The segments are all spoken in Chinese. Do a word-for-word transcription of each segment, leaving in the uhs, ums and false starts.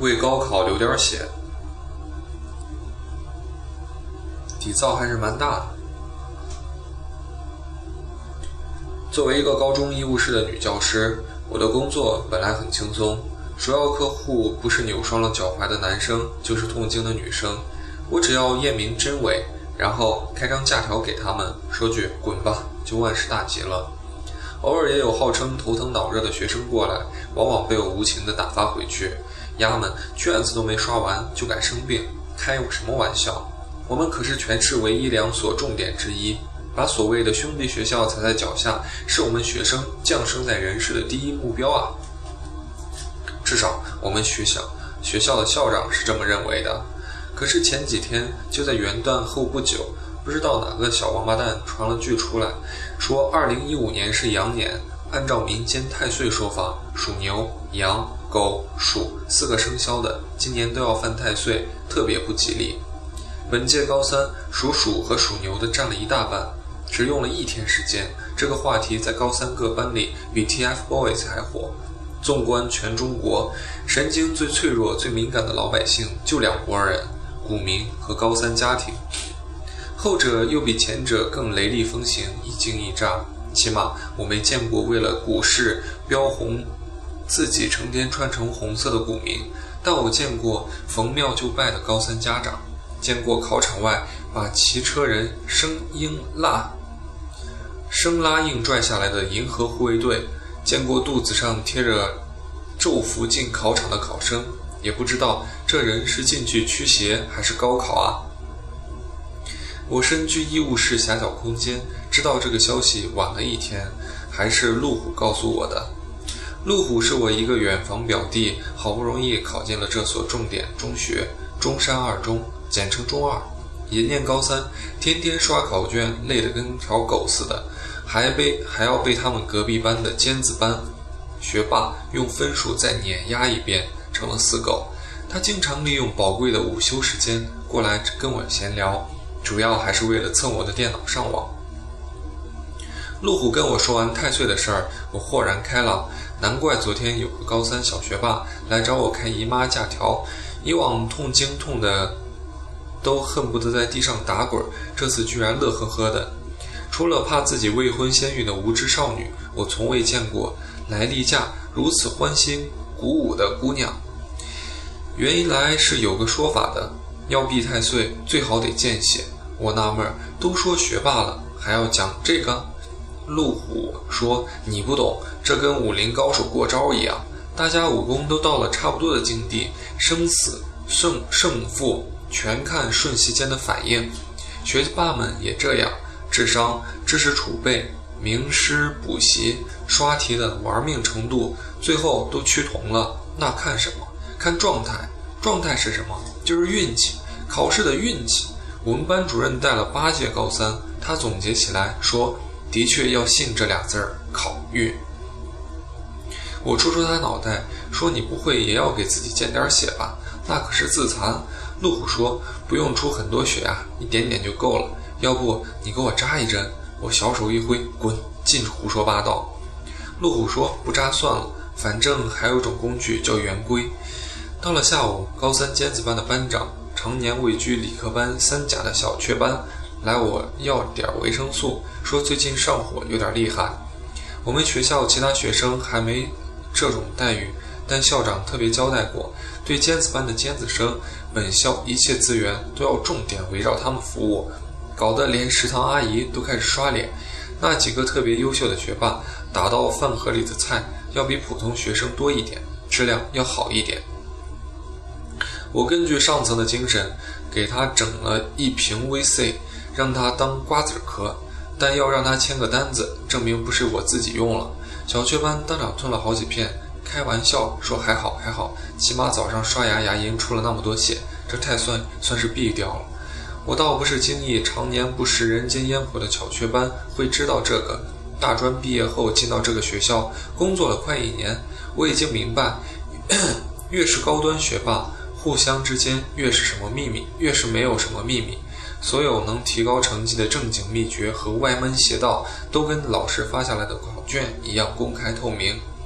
为高考流点血，底噪还是蛮大的。作为一个高中医务室的女教师，我的工作本来很轻松，主要客户不是扭伤了脚踝的男生，就是痛经的女生。我只要验明真伪，然后开张假条给他们，说句滚吧，就万事大吉了。偶尔也有号称头疼脑热的学生过来，往往被我无情地打发回去。丫们卷子都没刷完就敢生病，开我什么玩笑？我们可是全市唯一两所重点之一，把所谓的兄弟学校踩在脚下，是我们学生降生在人世的第一目标啊！至少我们学校学校的校长是这么认为的。可是前几天就在元旦后不久，不知道哪个小王八蛋传了句出来，说二零一五年是羊年，按照民间太岁说法，属牛、羊、狗、鼠四个生肖的今年都要犯太岁，特别不吉利。本届高三属鼠和属牛的占了一大半，只用了一天时间，这个话题在高三各班里比 T F Boys 还火。纵观全中国，神经最脆弱最敏感的老百姓就两拨人，股民和高三家庭，后者又比前者更雷厉风行，一惊一乍。起码我没见过为了股市标红自己成天穿成红色的股民，但我见过逢庙就拜的高三家长，见过考场外把骑车人生硬拉生拉硬拽下来的银河护卫队，见过肚子上贴着咒符进考场的考生，也不知道这人是进去驱邪还是高考啊。我身居医务室狭小空间，知道这个消息晚了一天，还是陆虎告诉我的。陆虎是我一个远房表弟，好不容易考进了这所重点中学中山二中，简称中二，也念高三，天天刷考卷，累得跟条狗似的，还被还要被他们隔壁班的尖子班学霸用分数再碾压一遍，成了死狗。他经常利用宝贵的午休时间过来跟我闲聊，主要还是为了蹭我的电脑上网。陆虎跟我说完太岁的事儿，我豁然开朗，难怪昨天有个高三小学霸来找我开姨妈假条，以往痛经痛的都恨不得在地上打滚，这次居然乐呵呵的。除了怕自己未婚先孕的无知少女，我从未见过来例假如此欢欣鼓舞的姑娘。原来是有个说法的，要避太岁最好得见血。我纳闷，都说学霸了还要讲这个？陆虎说你不懂，这跟武林高手过招一样，大家武功都到了差不多的境地，生死胜胜负全看瞬息间的反应。学霸们也这样，智商、知识储备、名师补习、刷题的玩命程度，最后都趋同了。那看什么？看状态。状态是什么？就是运气，考试的运气。我们班主任带了八届高三，他总结起来说，的确要信这俩字儿，考运。我戳戳他脑袋，说你不会也要给自己见点血吧？那可是自残。陆虎说不用出很多血啊，一点点就够了，要不你给我扎一针。我小手一挥，滚，尽胡说八道。陆虎说不扎算了，反正还有种工具叫圆规。到了下午，高三尖子班的班长，常年位居理科班三甲的小雀班，来我要点维生素，说最近上火有点厉害。我们学校其他学生还没这种待遇，但校长特别交代过，对尖子班的尖子生，本校一切资源都要重点围绕他们服务，搞得连食堂阿姨都开始刷脸。那几个特别优秀的学霸，打到饭盒里的菜要比普通学生多一点，质量要好一点。我根据上层的精神，给他整了一瓶 V C， 让他当瓜子嗑，但要让他签个单子，证明不是我自己用了。小雀班当场吞了好几片，开玩笑说还好还好，起码早上刷牙牙龈出了那么多血，这太算算是避掉了。我倒不是惊异常年不食人间烟火的小雀班会知道这个，大专毕业后进到这个学校工作了快一年，我已经明白，越是高端学霸，互相之间越是什么秘密，越是没有什么秘密。所有能提高成绩的正经秘诀和歪门邪道，都跟老师发下来的考卷一样公开透明。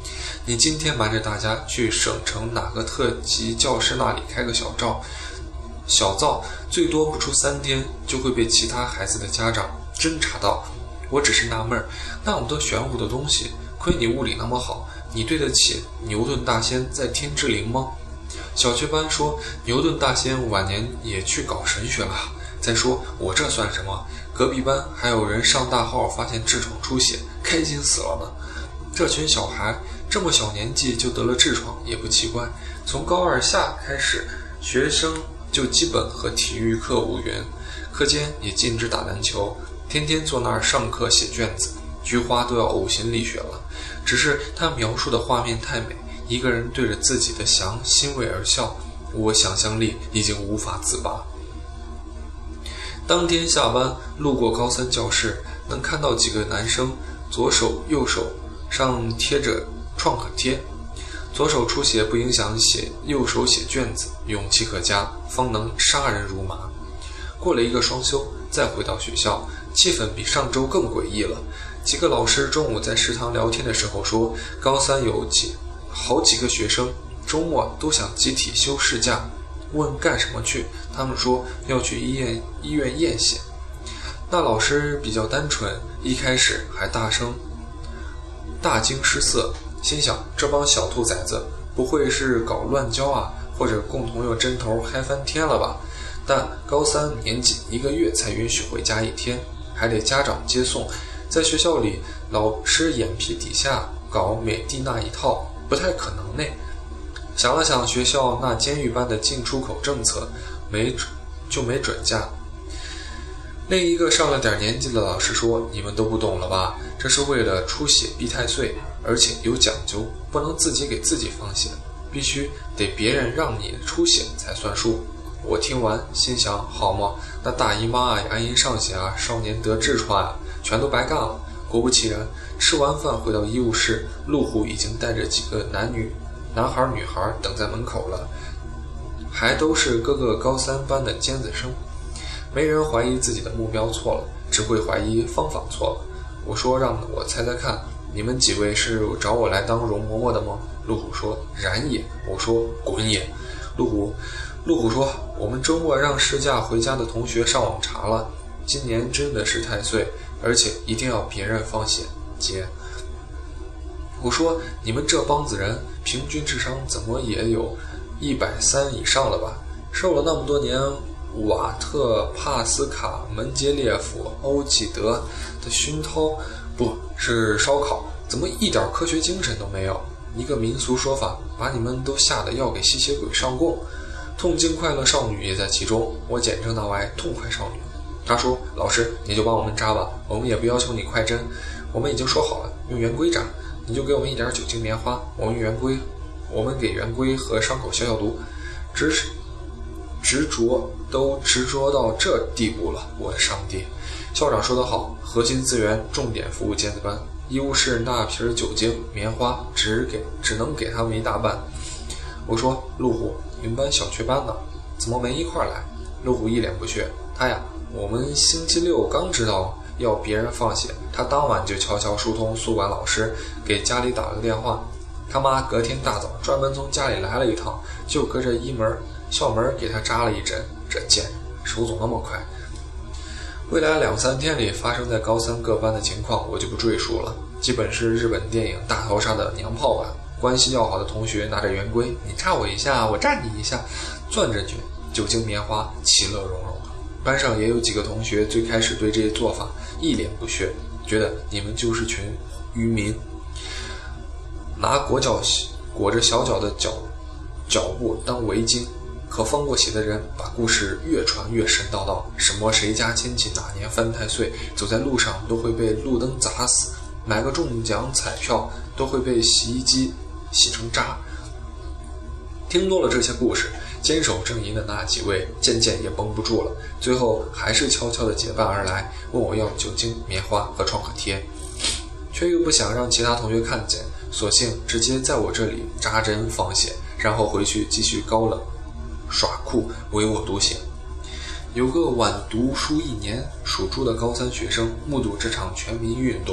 你今天瞒着大家去省城哪个特级教师那里开个小灶，小灶最多不出三天就会被其他孩子的家长侦查到。我只是纳闷，那么多玄乎的东西，亏你物理那么好，你对得起牛顿大仙在天之灵吗？小学班说牛顿大仙晚年也去搞神学了。再说我这算什么？隔壁班还有人上大号发现痔疮出血，开心死了呢。这群小孩这么小年纪就得了痔疮也不奇怪，从高二下开始，学生就基本和体育课无缘，课间也禁止打篮球，天天坐那儿上课写卷子，菊花都要呕心沥血了。只是他描述的画面太美，一个人对着自己的翔欣慰而笑，我想象力已经无法自拔。当天下班路过高三教室，能看到几个男生左手右手上贴着创可贴，左手出血不影响写，右手写卷子，勇气可嘉，方能杀人如麻。过了一个双休，再回到学校，气氛比上周更诡异了。几个老师中午在食堂聊天的时候说，高三有几好几个学生周末都想集体休事假，问干什么去，他们说要去医院医院验血。那老师比较单纯，一开始还大声大惊失色，心想这帮小兔崽子不会是搞乱交啊，或者共同用针头嗨翻天了吧？但高三年仅一个月才允许回家一天，还得家长接送，在学校里老师眼皮底下搞美的那一套不太可能呢。想了想学校那监狱般的进出口政策，没就没准假。另一个上了点年纪的老师说，你们都不懂了吧，这是为了出血避太岁，而且有讲究，不能自己给自己放血，必须得别人让你出血才算数。我听完心想，好嘛，那大姨妈啊、牙龈上血啊、少年得痔疮啊，全都白干了。果不其然，吃完饭回到医务室，路虎已经带着几个男女男孩女孩等在门口了，还都是各个高三班的尖子生。没人怀疑自己的目标错了，只会怀疑方法错了。我说让我猜猜看，你们几位是找我来当容嬷嬷的吗？路虎说然也。我说滚也。路虎路虎说，我们周末让试驾回家的同学上网查了，今年真的是太岁，而且一定要别人放血姐。我说你们这帮子人平均智商怎么也有一百三以上了吧？受了那么多年瓦特帕斯卡门捷列夫欧几德的熏陶，不是烧烤，怎么一点科学精神都没有？一个民俗说法把你们都吓得要给吸血鬼上供。痛经快乐少女也在其中，我简称她为痛快少女。她说老师你就帮我们扎吧，我们也不要求你快针，我们已经说好了用圆规扎，你就给我们一点酒精棉花，我们圆规我们给圆规和伤口消消毒。执执着都执着到这地步了，我的上帝！校长说得好，核心资源重点服务尖子班，医务室那瓶酒精棉花只给只能给他们一大半。我说路虎，你们班小雀班呢，怎么没一块来？路虎一脸不屑，他呀，我们星期六刚知道要别人放血，他当晚就悄悄疏通宿管老师，给家里打了个电话，他妈隔天大早专门从家里来了一趟，就隔着一门校门给他扎了一针，这贱人手总那么快。未来两三天里发生在高三各班的情况我就不赘述了，基本是日本电影大逃杀的娘炮版。关系要好的同学拿着圆规，你扎我一下我扎你一下，攥着酒精棉花其乐融融。班上也有几个同学最开始对这些做法一脸不屑，觉得你们就是群愚民，拿裹脚裹着小脚的脚脚布当围巾。可放过血的人把故事越传越神叨叨，什么谁家亲戚哪年犯太岁，走在路上都会被路灯砸死，买个中奖彩票都会被洗衣机洗成渣。听多了这些故事，坚守阵营的那几位渐渐也绷不住了，最后还是悄悄地结伴而来，问我要酒精棉花和创可贴，却又不想让其他同学看见，索性直接在我这里扎针放血，然后回去继续高冷耍酷唯我独行。有个晚读书一年属猪的高三学生目睹这场全民运动，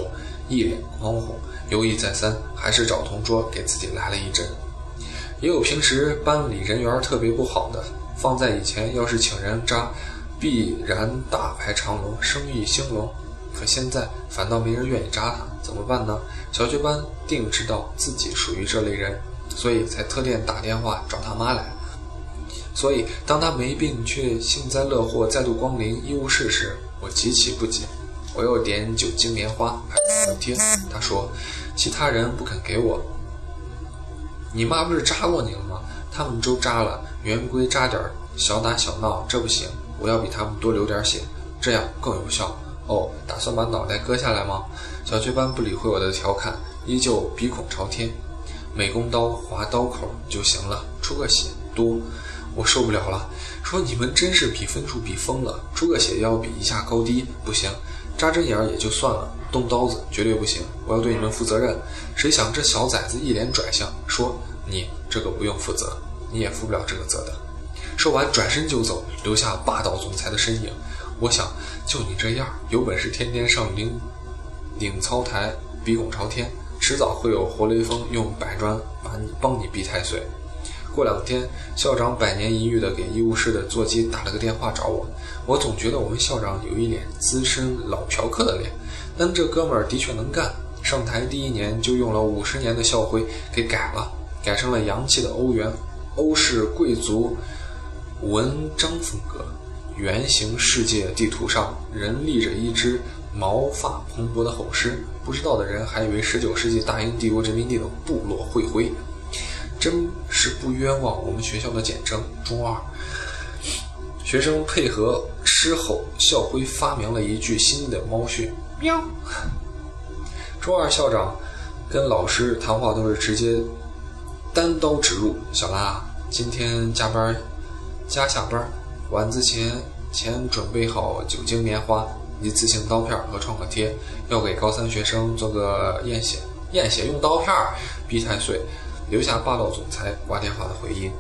一脸慌红，犹豫再三，还是找同桌给自己来了一针。也有平时班里人缘特别不好的，放在以前要是请人扎，必然大排长龙，生意兴隆。可现在反倒没人愿意扎他，怎么办呢？小学班定知道自己属于这类人，所以才特电打电话找他妈来。所以当他没病却幸灾乐祸再度光临医务室时，我极其不解。我又点酒精棉花拍了贴，他说其他人不肯给我。你妈不是扎过你了吗？他们都扎了，圆规扎点小打小闹，这不行，我要比他们多流点血，这样更有效。哦，打算把脑袋割下来吗？小学班不理会我的调侃，依旧鼻孔朝天。美工刀划刀口就行了，出个血多。我受不了了，说你们真是比分数比疯了，出个血要比一下高低，不行，扎针眼也就算了，动刀子绝对不行，我要对你们负责任。谁想这小崽子一脸拽相，说你这个不用负责，你也负不了这个责的。说完转身就走，留下霸道总裁的身影。我想就你这样，有本事天天上领领操台，鼻孔朝天，迟早会有活雷锋用板砖把你帮你逼太岁。过两天校长百年一遇的给医务室的座机打了个电话找我，我总觉得我们校长有一脸资深老嫖客的脸，但这哥们儿的确能干，上台第一年就用了五十年的校徽给改了，改成了洋气的欧元欧式贵族文章风格。圆形世界地图上人立着一只毛发蓬勃的吼狮，不知道的人还以为十九世纪大英帝国殖民地的部落会徽，真是不冤枉我们学校的简称中二。学生配合狮吼校徽发明了一句新的猫训，喵。中二校长跟老师谈话都是直接单刀直入，小拉今天加班加下班，晚自前前准备好酒精棉花、一次性刀片和创可贴，要给高三学生做个验血。验血用刀片，逼太岁，留下霸道总裁挂电话的回音。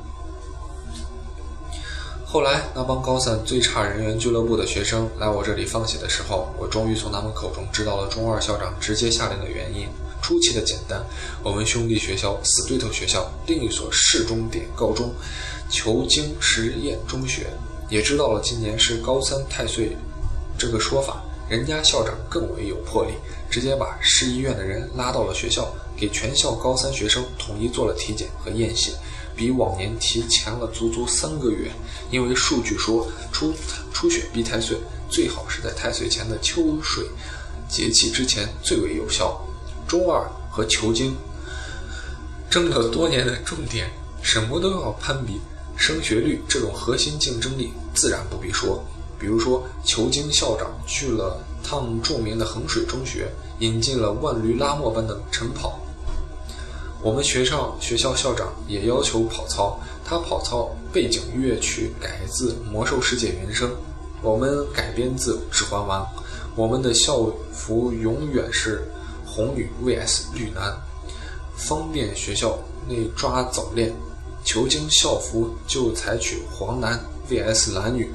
后来那帮高三最差人员俱乐部的学生来我这里放血的时候，我终于从他们口中知道了中二校长直接下令的原因。出奇的简单，我们兄弟学校死对头学校另一所市中点高中求精实验中学也知道了今年是高三太岁这个说法，人家校长更为有魄力，直接把市医院的人拉到了学校，给全校高三学生统一做了体检和验血，比往年提前了足足三个月。因为数据说出出血逼太岁最好是在太岁前的秋水节气之前最为有效。中二和求精争了多年的重点，什么都要攀比，升学率这种核心竞争力自然不必说。比如说求精校长去了趟著名的衡水中学，引进了万驴拉磨般的晨跑。我们学校学校校长也要求跑操，他跑操背景乐曲改自魔兽世界原声，我们改编自指环王。我们的校服永远是红女 V S 绿男，方便学校内抓早恋。求精校服就采取黄男 V S 蓝女，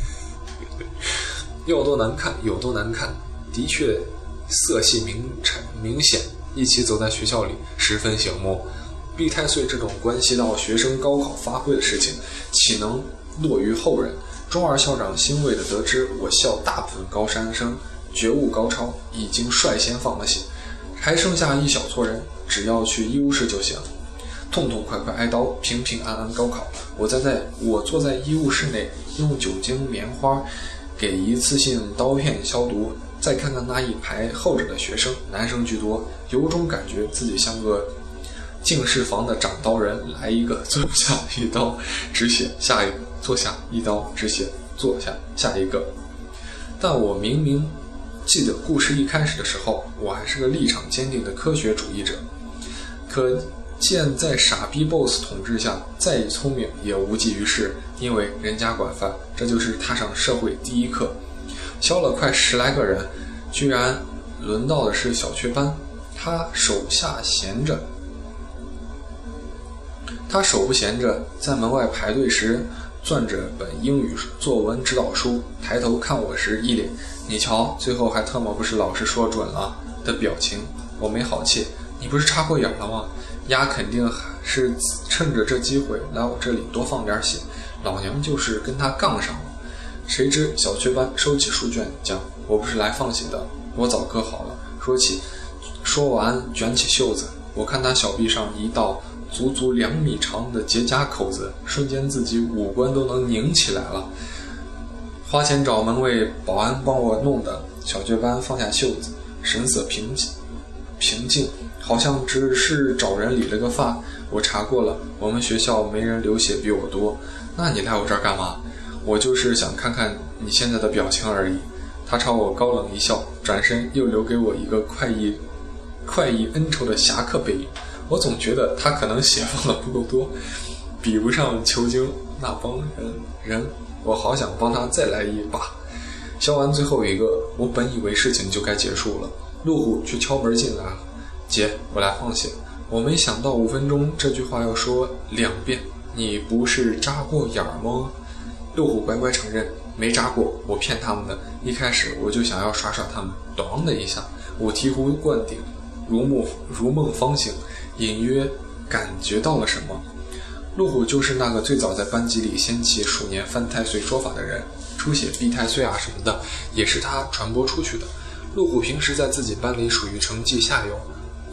要多难看有多难看，的确色系明明显，一起走在学校里十分醒目。避太岁这种关系到学生高考发挥的事情，岂能落于后人？中二校长欣慰地得知我校大部分高三生觉悟高超，已经率先放了血，还剩下一小撮人，只要去医务室就行，痛痛快快挨刀，平平安安高考。我在在我坐在医务室内，用酒精棉花给一次性刀片消毒，再看看那一排候着的学生，男生居多，由衷感觉自己像个净室房的掌刀人，来一个坐下一刀止血，下一个坐下一刀止血，坐下下一个。但我明明记得故事一开始的时候，我还是个立场坚定的科学主义者，可见在傻逼 boss 统治下，再聪明也无济于事，因为人家管饭，这就是踏上社会第一课。削了快十来个人，居然轮到的是小雀斑，他手下闲着他手不闲着，在门外排队时攥着本英语作文指导书，抬头看我时一脸，你瞧，最后还特么不是老师说准了。 的表情。我没好气，你不是插过眼了吗？丫肯定是趁着这机会来我这里多放点血，老娘就是跟他杠上了。谁知小雀斑收起书卷讲，我不是来放血的，我早磕好了。说起说完卷起袖子，我看他小臂上一道足足两米长的结痂口子，瞬间自己五官都能拧起来了。花钱找门卫保安帮我弄的。小雀斑放下袖子，神色平静平静好像只是找人理了个发。我查过了，我们学校没人流血比我多。那你来我这儿干嘛？我就是想看看你现在的表情而已。他朝我高冷一笑，转身又留给我一个快意快意恩仇的侠客背影。我总觉得他可能血放的不够多，比不上球经那帮人人，我好想帮他再来一把。消完最后一个，我本以为事情就该结束了，陆虎却敲门进来了。姐，我来放血。我没想到五分钟这句话要说两遍。你不是扎过眼吗？陆虎乖乖承认没扎过，我骗他们的。一开始我就想要耍耍他们，咚的一下，我醍醐灌顶，如梦如梦方醒，隐约感觉到了什么。陆虎就是那个最早在班级里掀起鼠年犯太岁说法的人，出血避太岁啊什么的，也是他传播出去的。陆虎平时在自己班里属于成绩下游，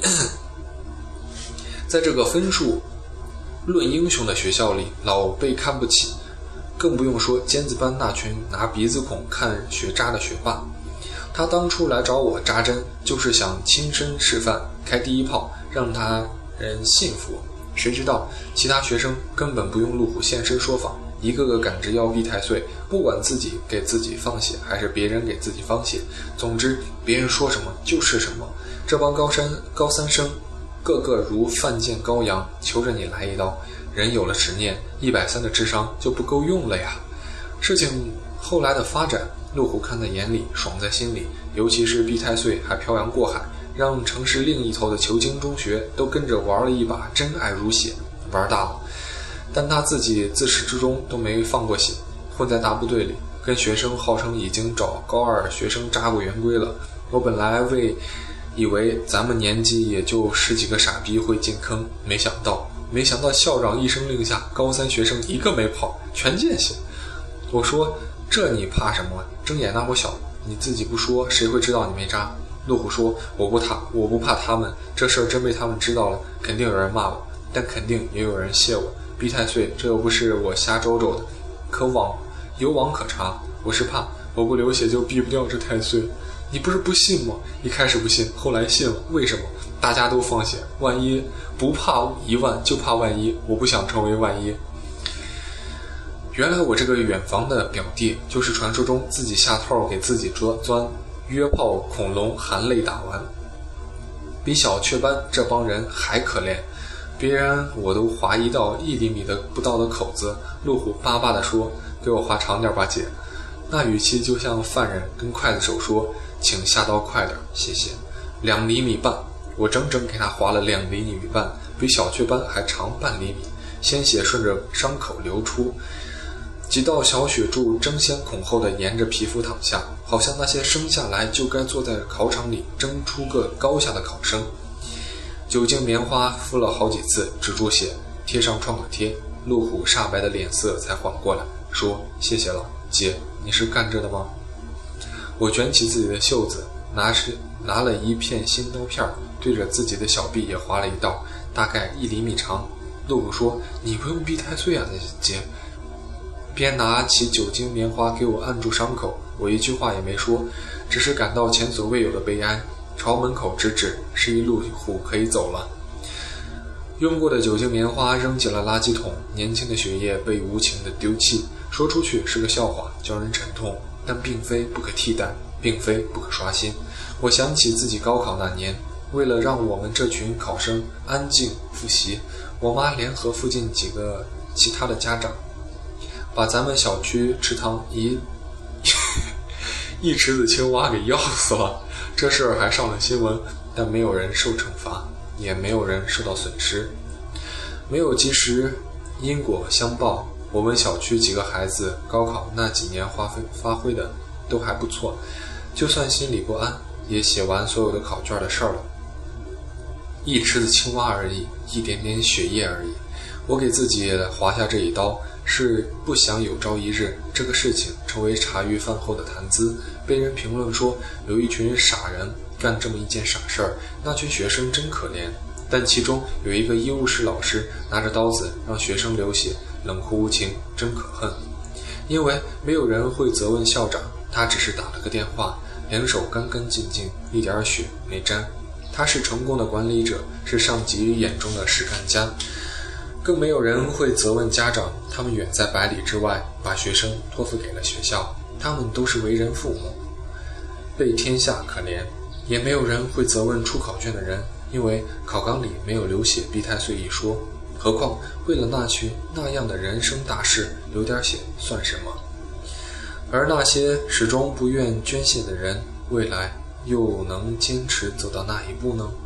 在这个分数论英雄的学校里老被看不起，更不用说尖子班那群拿鼻子孔看学渣的学霸。他当初来找我扎针，就是想亲身示范开第一炮，让他人信服。谁知道其他学生根本不用陆虎现身说法，一个个赶着要避太岁，不管自己给自己放血还是别人给自己放血，总之别人说什么就是什么。这帮高三高三生个个如犯贱羔羊，求着你来一刀。人有了执念，一百三的智商就不够用了呀。事情后来的发展，陆虎看在眼里，爽在心里，尤其是避太岁还漂洋过海，让城市另一头的球经中学都跟着玩了一把真爱如血，玩大了。但他自己自始至终都没放过血，混在大部队里，跟学生号称已经找高二学生扎过圆规了。我本来为以为咱们年级也就十几个傻逼会进坑，没想到没想到校长一声令下，高三学生一个没跑，全见血。我说这你怕什么？睁眼那么小，你自己不说谁会知道你没扎？陆虎说我不怕我不怕他们，这事儿真被他们知道了，肯定有人骂我，但肯定也有人谢我。避太岁这又不是我瞎周周的，可网有网可查。我是怕我不流血就避不掉这太岁。你不是不信吗？一开始不信，后来信了。为什么？大家都放血，万一不怕一万就怕万一，我不想成为万一。原来我这个远房的表弟就是传说中自己下套给自己钻钻约炮恐龙含泪打完，比小雀斑这帮人还可怜。别人我都划一道一厘米的不到的口子，陆虎巴巴地说给我划长点吧姐。那语气就像犯人跟刽子手说请下刀快点谢谢。两厘米半，我整整给他划了两厘米半，比小雀斑还长半厘米，鲜血顺着伤口流出，几道小血柱争先恐后地沿着皮肤淌下，好像那些生下来就该坐在考场里争出个高下的考生。酒精棉花敷了好几次止住血，贴上创可贴，陆虎煞白的脸色才缓过来，说谢谢了姐，你是干这的吗？我卷起自己的袖子，拿是拿了一片新刀片，对着自己的小臂也划了一道，大概一厘米长。陆虎说你不用避太岁啊姐，边拿起酒精棉花给我按住伤口。我一句话也没说，只是感到前所未有的悲哀，朝门口直指，示意陆虎可以走了。用过的酒精棉花扔进了垃圾桶，年轻的血液被无情地丢弃，说出去是个笑话，叫人沉痛，但并非不可替代，并非不可刷新。我想起自己高考那年，为了让我们这群考生安静复习，我妈联合附近几个其他的家长，把咱们小区池塘一一池子青蛙给要死了。这事儿还上了新闻，但没有人受惩罚，也没有人受到损失，没有及时因果相报。我们小区几个孩子高考那几年发挥发挥的都还不错，就算心里不安， 也写完所有的考卷的事儿了。一池子青蛙而已，一点点血液而已。我给自己划下这一刀，是不想有朝一日这个事情成为茶余饭后的谈资，被人评论说有一群傻人干这么一件傻事儿，那群学生真可怜。但其中有一个医务室老师拿着刀子让学生流血，冷酷无情，真可恨。因为没有人会责问校长，他只是打了个电话，两手干干净净，一点血没沾。他是成功的管理者，是上级眼中的实干家。更没有人会责问家长，他们远在百里之外，把学生托付给了学校，他们都是为人父母，被天下可怜。也没有人会责问出考卷的人，因为考纲里没有流血避太岁一说。何况为了那群那样的人生大事，流点血算什么？而那些始终不愿捐献的人，未来又能坚持走到哪一步呢？